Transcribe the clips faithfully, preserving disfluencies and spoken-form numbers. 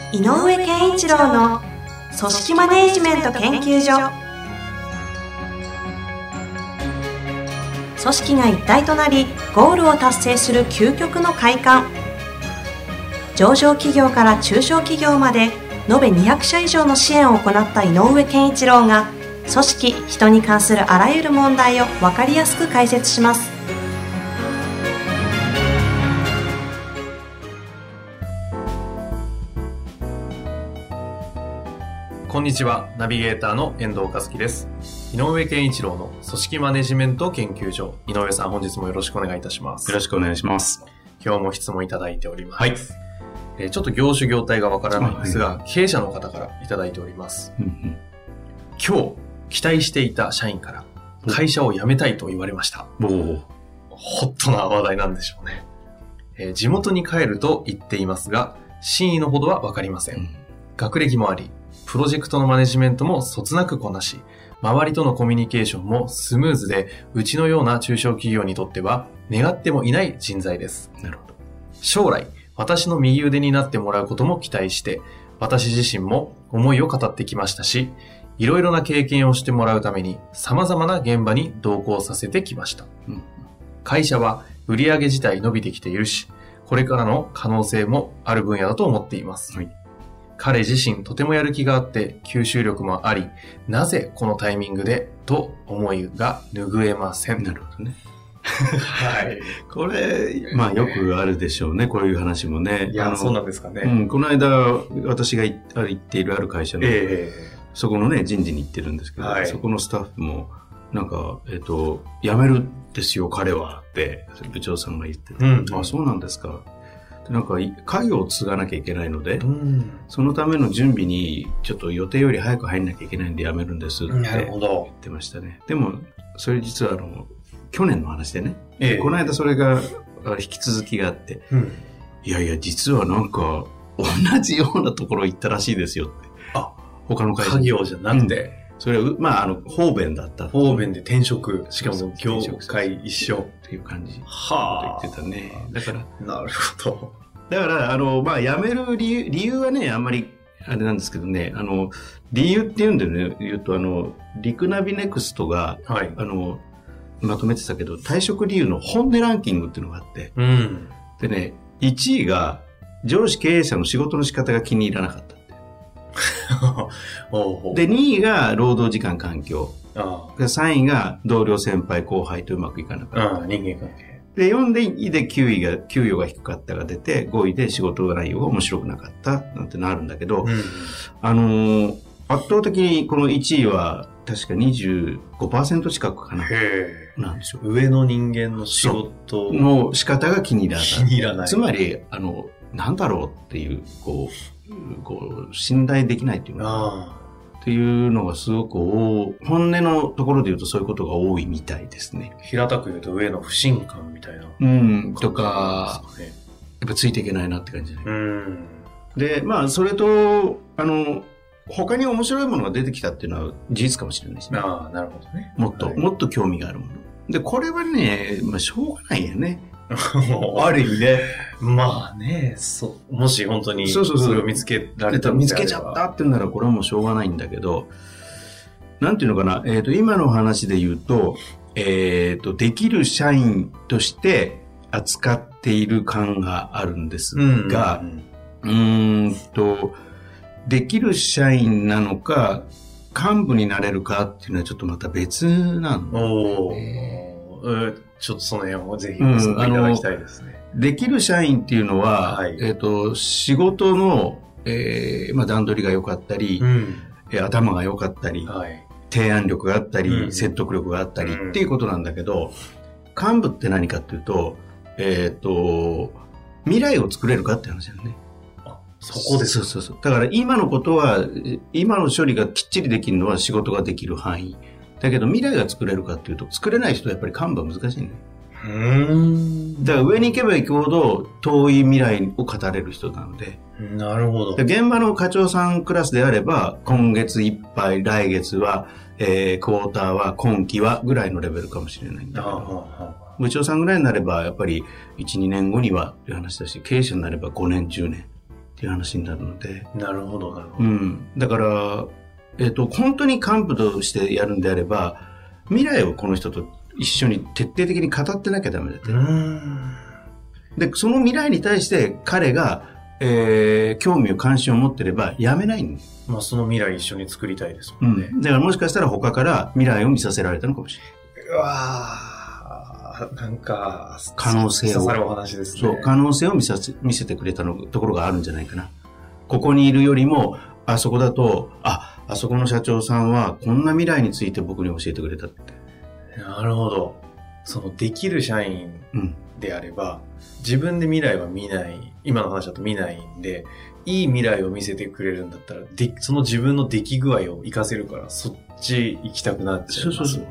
井上健一郎の組織マネジメント研究所。組織が一体となりゴールを達成する究極の快感。上場企業から中小企業まで延べにひゃくしゃ以上の支援を行った井上健一郎が、組織・人に関するあらゆる問題を分かりやすく解説します。 こんにちは、ナビゲーターの遠藤和樹です。井上健一郎の組織マネジメント研究所。井上さん、本日もよろしくお願いいたします。 よろしくお願いします。 今日も質問いただいております。 はい。 えー、ちょっと業種業態がわからないんですが、はい、経営者の方からいただいております。うんうん、今日、期待していた社員から会社を辞めたいと言われました。 おー。 ホットな話題なんでしょうね。えー、地元に帰ると言っていますが、真意のほどはわかりません。うん、学歴もあり、プロジェクトのマネジメントもそつなくこなし、周りとのコミュニケーションもスムーズで、うちのような中小企業にとっては願ってもいない人材です。 なるほど。 将来、私の右腕になってもらうことも期待して、私自身も思いを語ってきましたし、いろいろな経験をしてもらうために様々な現場に同行させてきました。うん、会社は売上自体伸びてきているし、これからの可能性もある分野だと思っています。はい、彼自身とてもやる気があって吸収力もあり、なぜこのタイミングでと思いが拭えません。 なるほどね。 はい。 これ、まあよくあるでしょうね、こういう話もね。 いや、そうなんですかね。 うん、この間、私が行っているある会社の、えー、そこのね、人事に行ってるんですけど、はい、そこのスタッフも、なんか、えっと、辞めるんですよ、彼は、って部長さんが言ってて、うん、あ、そうなんですか。なんか家業を継がなきゃいけないので、うん、そのための準備にちょっと予定より早く入んなきゃいけないんで辞めるんですって言ってましたね。でもそれ実はあの去年の話でね、ええ、この間それが引き続きがあって、うん、いやいや実はなんか同じようなところ行ったらしいですよって。 あ、他の会社。家業じゃなくて、うん、 それはまああの方便だった方便で転職、しかも業界一緒っていう感じ。 はあ。言ってたね。だからなるほど。 だから、あの、まあ、辞める理由、理由はね、あんまり、あれなんですけどね、あの、理由っていうんでね、言うと、あの、リクナビネクストが、はい、あの、まとめてたけど、退職理由の本音ランキングっていうのがあって、うん、でね、いちいが、上司経営者の仕事の仕方が気に入らなかったって。で、にいが労働時間環境。ああ、さんいが同僚先輩後輩とうまくいかなかった。 ああ、人間関係。 で、よんいできゅういが、給与が低かったが出て、ごいで仕事内容が面白くなかったなんてなるんだけど、うん、あのー、圧倒的にこのいちいは確か にじゅうごパーセント 近くかな。 へー。なんでしょう。上の人間の仕事の仕方が気に入らない。 気に入らない。 つまり、あの、なんだろうっていう、こう、こう、信頼できないっていうのか。っていうのがすごく多い、本音のところで言うとそういうことが多いみたいですね。 平たく言うと上の不信感みたいな。 うん、とか、やっぱついていけないなって感じで。うん。で、まあ、それと、あの、他に面白いものが出てきたっていうのは事実かもしれないですね。 ああ、なるほどね。 もっと、はい、もっと興味があるもの。で、これはね、まあ、しょうがないよね。 ある意味ね。まあね、そう、もし本当にそれを見つけられた見つけちゃったってんならこれはもうしょうがないんだけど、なんていうのかな、えっと、今の話で言うと、えっと、できる社員として扱っている感があるんですが、うん、うん、うーんと、できる社員なのか、幹部になれるかっていうのはちょっとまた別なんだ、ね。おー、 えーちょっとその辺をぜひご説明いただきたいですね。 うん、できる社員っていうのは、はい、えっと、仕事の、えー、まあ段取りが良かったり、うん、頭が良かったり、はい、提案力があったり、うん、説得力があったりっていうことなんだけど、幹部って何かっていうと、えっと、未来を作れるかって話だよね。 あ、そこです。 そうそうそう。だから今のことは、今の処理がきっちりできるのは仕事ができる範囲。だけど未来が作れるかっていうと作れない人はやっぱり幹部は難しいね。うーん。だから上に行けば行くほど遠い未来を語れる人なので。 なるほど。 現場の課長さんクラスであれば今月いっぱい、来月は、えー、クォーターは、今期はぐらいのレベルかもしれないんだけど、部長さんぐらいになればやっぱりいち、にねんごにはという話だし、経営者になればごねん、じゅうねんっっていう話になるので。 なるほど、なるほど。 うん。だから、えっと、本当に幹部としてやるんであれば、未来をこの人と一緒に徹底的に語ってなきゃダメだって。で、その未来に対して彼が、えー、興味を関心を持ってればやめないんだ。 まあその未来一緒に作りたいですもんね。 うん。だからもしかしたら他から未来を見させられたのかもしれない。 うわー、なんか、 可能性を。 刺さるお話ですね。 そう、可能性を見させ、見せてくれたのところがあるんじゃないかな。ここにいるよりも、あそこだと、あ、あそこの社長さんはこんな未来について僕に教えてくれたって。 なるほど。そのできる社員であれば、うん、自分で未来は見ない、今の話だと見ないんで、いい未来を見せてくれるんだったら、でその自分の出来具合を活かせるから、そっち行きたくなっちゃいますもんね。そうそうそう。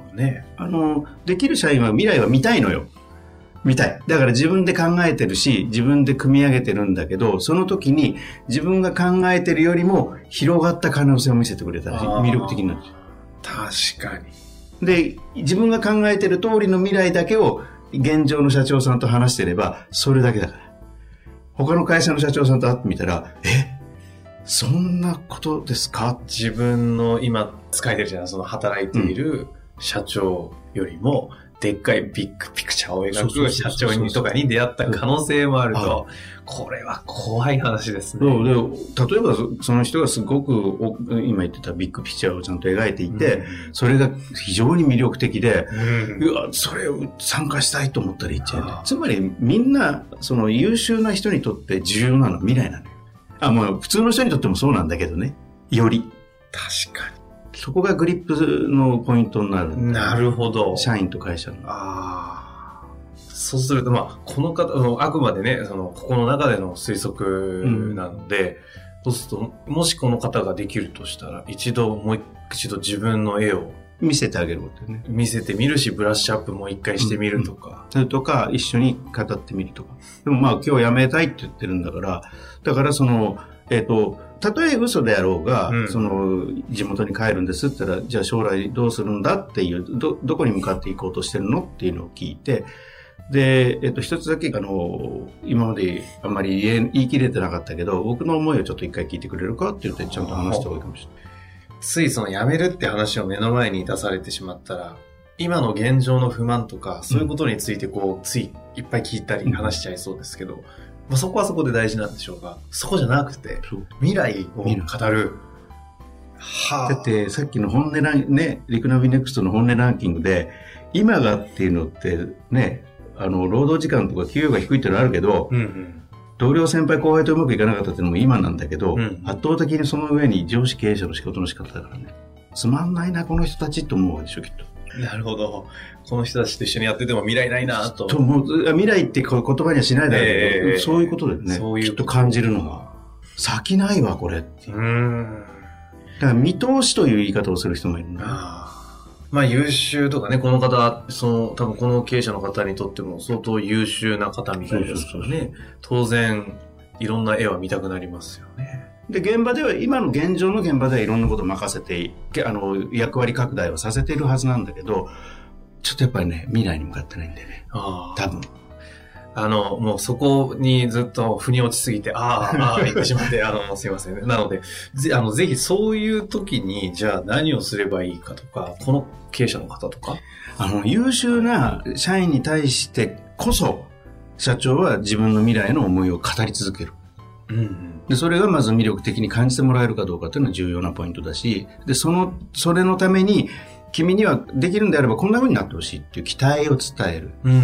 あの、できる社員は未来は見たいのよ。見たい。だから自分で考えてるし、自分で組み上げてるんだけど、その時に自分が考えてるよりも広がった可能性を見せてくれたら魅力的になる。 確かに。 で、自分が考えてる通りの未来だけを現状の社長さんと話してれば、それだけだから。他の会社の社長さんと会ってみたら、え、そんなことですか？ 自分の今使えてるじゃない、その働いている社長よりも、でっかいビッグピクチャーを描く社長にとかに出会った可能性もあると、これは怖い話ですね。 そうで、例えばその人がすごく今言ってたビッグピクチャーをちゃんと描いていて、うん、それが非常に魅力的で、うん、うわ、それを参加したいと思ったら言っちゃうね。つまりみんなその優秀な人にとって重要なのは未来なのよ。あ、もう普通の人にとってもそうなんだけどね。より。 確かに。 そこがグリップのポイントになる。 なるほど。 社員と会社の。 ああ。そうすると、まあ、この方、あくまでね、その、ここの中での推測なので、うん、そうすると、もしこの方ができるとしたら、一度、もう一度自分の絵を見せてあげることね。 見せてみるし、ブラッシュアップもう一回してみるとか。 うんうん、それとか、一緒に語ってみるとか。でもまあ、今日辞めたいって言ってるんだから、だからその、えっと、たとえ嘘であろうが、うん、その、地元に帰るんですって言ったら、じゃあ将来どうするんだっていう、ど、どこに向かっていこうとしてるのっていうのを聞いて、で、えっと、一つだけ、あの、今まであんまり言え、言い切れてなかったけど、僕の思いをちょっと一回聞いてくれるかって言ってちゃんと話した方がいいかもしれない。 ついその辞めるって話を目の前に出されてしまったら、今の現状の不満とか、そういうことについてこう、ついいっぱい聞いたり話しちゃいそうですけど、うん、まあ、そこはそこで大事なんでしょうが、そこじゃなくて、未来を語る。 はあ、だって、さっきの本音ラン、ね、リクナビネクストの本音ランキングで、今がっていうのってね、あの、労働時間とか給与が低いっていうのあるけど、うんうん、同僚先輩後輩とうまくいかなかったっていうのも今なんだけど、うん、圧倒的にその上に上司経営者の仕事の仕方だからね。つまんないな、この人たちと思うでしょ、きっと。 なるほど。この人たちと一緒にやってても未来ないなと。 ともう未来って言葉にはしないだろうけど、えー、そういうことだよね。そういうきっと感じるのは。先ないわ、これっていう。うーん。だから見通しという言い方をする人もいるね。 あまあ優秀とかね、この方、その、多分この経営者の方にとっても相当優秀な方みたいですからね。そうそうそう当然、いろんな絵は見たくなりますよね。 で、現場では、今の現状の現場ではいろんなことを任せて、あの、役割拡大はさせているはずなんだけど、ちょっとやっぱりね、未来に向かってないんだよね。ああ。多分。 あの、もうそこにずっと腑に落ちすぎて、ああ、ああ、言ってしまって、あの、すいませんね。なので、ぜ、あの、ぜひそういう時に、じゃあ何をすればいいかとか、この経営者の方とか。 あの、優秀な社員に対してこそ、社長は自分の未来の思いを語り続ける。うんうん、で、それがまず魅力的に感じてもらえるかどうかっていうのは重要なポイントだし、で、その、それのために、君にはできるんであればこんな風になってほしいっていう期待を伝える、うんうん。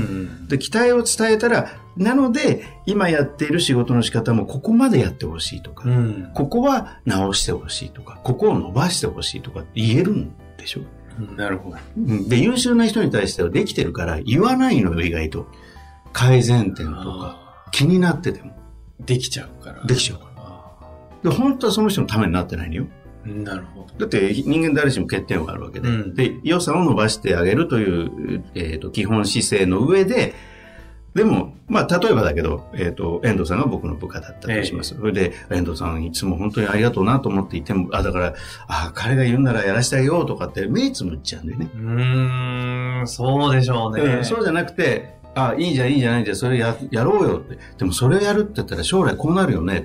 で、期待を伝えたら、なので、今やっている仕事の仕方もここまでやってほしいとか、うん、ここは直してほしいとか、ここを伸ばしてほしいとかって言えるんでしょ、 うん、なるほど。 で、優秀な人に対してはできてるから言わないのよ、意外と。改善点とか、気になってても。 できちゃうから。 できちゃうから。で、本当はその人のためになってないのよ。 なるほど。 だって人間誰しも欠点があるわけで、うん、で、予算を伸ばしてあげるという、えっと、基本姿勢の上で、でも、まあ、例えばだけど、えっと、遠藤さんが僕の部下だったとします。えー、それで、遠藤さんいつも本当にありがとうなと思っていても、あ、だから、あ、彼が言うならやらせてあげようとかって目つむっちゃうんだよね。 うーん、そうでしょうね。 うん、そうじゃなくて、あ、いいじゃんいいじゃないじゃん、それや、やろうよって。でもそれをやるって言ったら将来こうなるよね。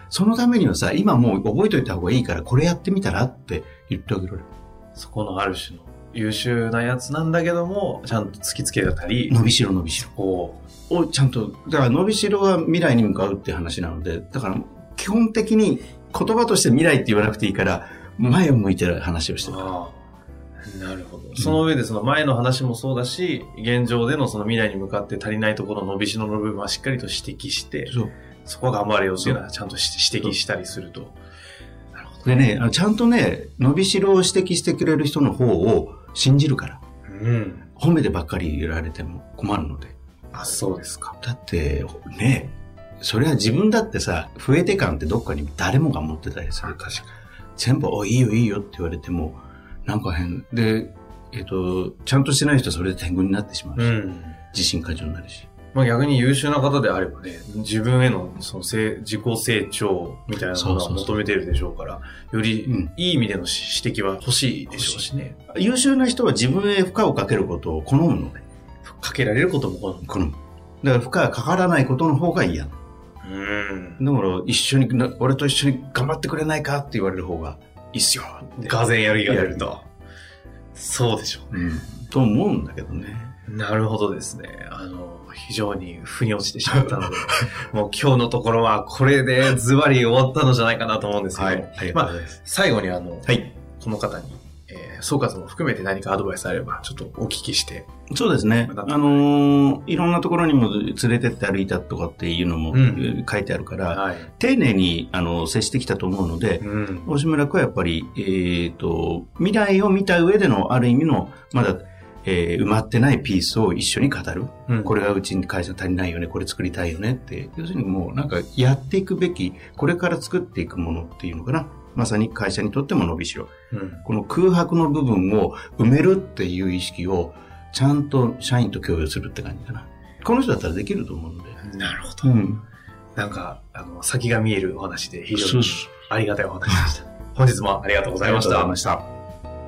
そのためにはさ、今もう覚えといた方がいいからこれやってみたらって言ってあげられる。 そこのある種の優秀なやつなんだけども、ちゃんと突きつけたり。 伸びしろ伸びしろ。 をちゃんと、だから伸びしろは未来に向かうって話なので、だから基本的に言葉として未来って言わなくていいから、前を向いてる話をしてる。 ああ、なるほど。その上でその前の話もそうだし、現状でのその未来に向かって足りないところの伸びしろの部分はしっかりと指摘して、そうそこが頑張れよっていうのはちゃんと指摘したりすると。 なるほど。でね、ちゃんとね、伸びしろを指摘してくれる人の方を信じるから。うん。褒めてばっかり言われても困るので。 あ、そうですか。 だってね、それは自分だってさ、増えて感ってどっかに誰もが持ってたりする。確かに。全部、お、いいよいいよって言われても、なんか変で、えっと、ちゃんとしてない人はそれで天狗になってしまうし、うん、自信過剰になるし。 まあ逆に優秀な方であればね、自分へのその自己成長みたいなものは求めてるでしょうから、よりいい意味での指摘は欲しいでしょうしね。 優秀な人は自分へ負荷をかけることを好むので。 かけられることも好む。 好む。だから負荷がかからないことの方が嫌なの。うん。だから一緒に、俺と一緒に頑張ってくれないかって言われる方がいいっすよ。 がぜんやる気が出ると。そうでしょうね、 うん。と思うんだけどね。 なるほどですね。あの、非常に腑に落ちてしまったので、もう今日のところはこれでズバリ終わったのじゃないかなと思うんですけど、はい、ありがとうございます。まあ、最後にあの、はい、この方に、えー、総括も含めて何かアドバイスあればちょっとお聞きして。 そうですね。あのー、いろんなところにも連れてって歩いたとかっていうのも、うん、書いてあるから、はい、丁寧にあの接してきたと思うので、うん、大島楽はやっぱり、えーと、未来を見た上でのある意味のまだえー、埋まってないピースを一緒に語る、うん、これがうちに会社足りないよね、これ作りたいよねって、要するにもうなんかやっていくべき、これから作っていくものっていうのかな、まさに会社にとっても伸びしろ、うん、この空白の部分を埋めるっていう意識をちゃんと社員と共有するって感じかな。この人だったらできると思うので。 なるほど、うん、なんかあの先が見えるお話で非常にありがたいお話でした。本日もありがとうございました。 ありがとうございました。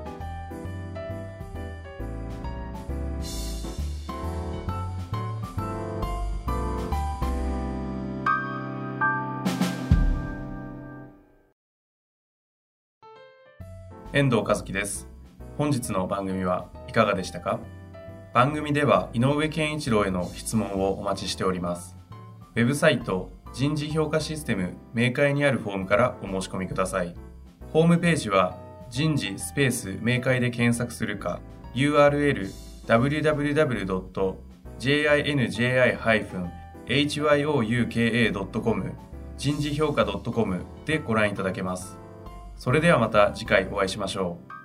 遠藤和樹です。本日の番組はいかがでしたか？番組では井上健一郎への質問をお待ちしております。ウェブサイト人事評価システム明快にあるフォームからお申し込みください。ホームページは人事スペース明快で検索するか ユーアールエル ダブリューダブリューダブリュードットジェイアイエヌジェイアイハイフンエイチワイオーユーケーエードットコム 人事評価 ドットコム でご覧いただけます。それではまた次回お会いしましょう。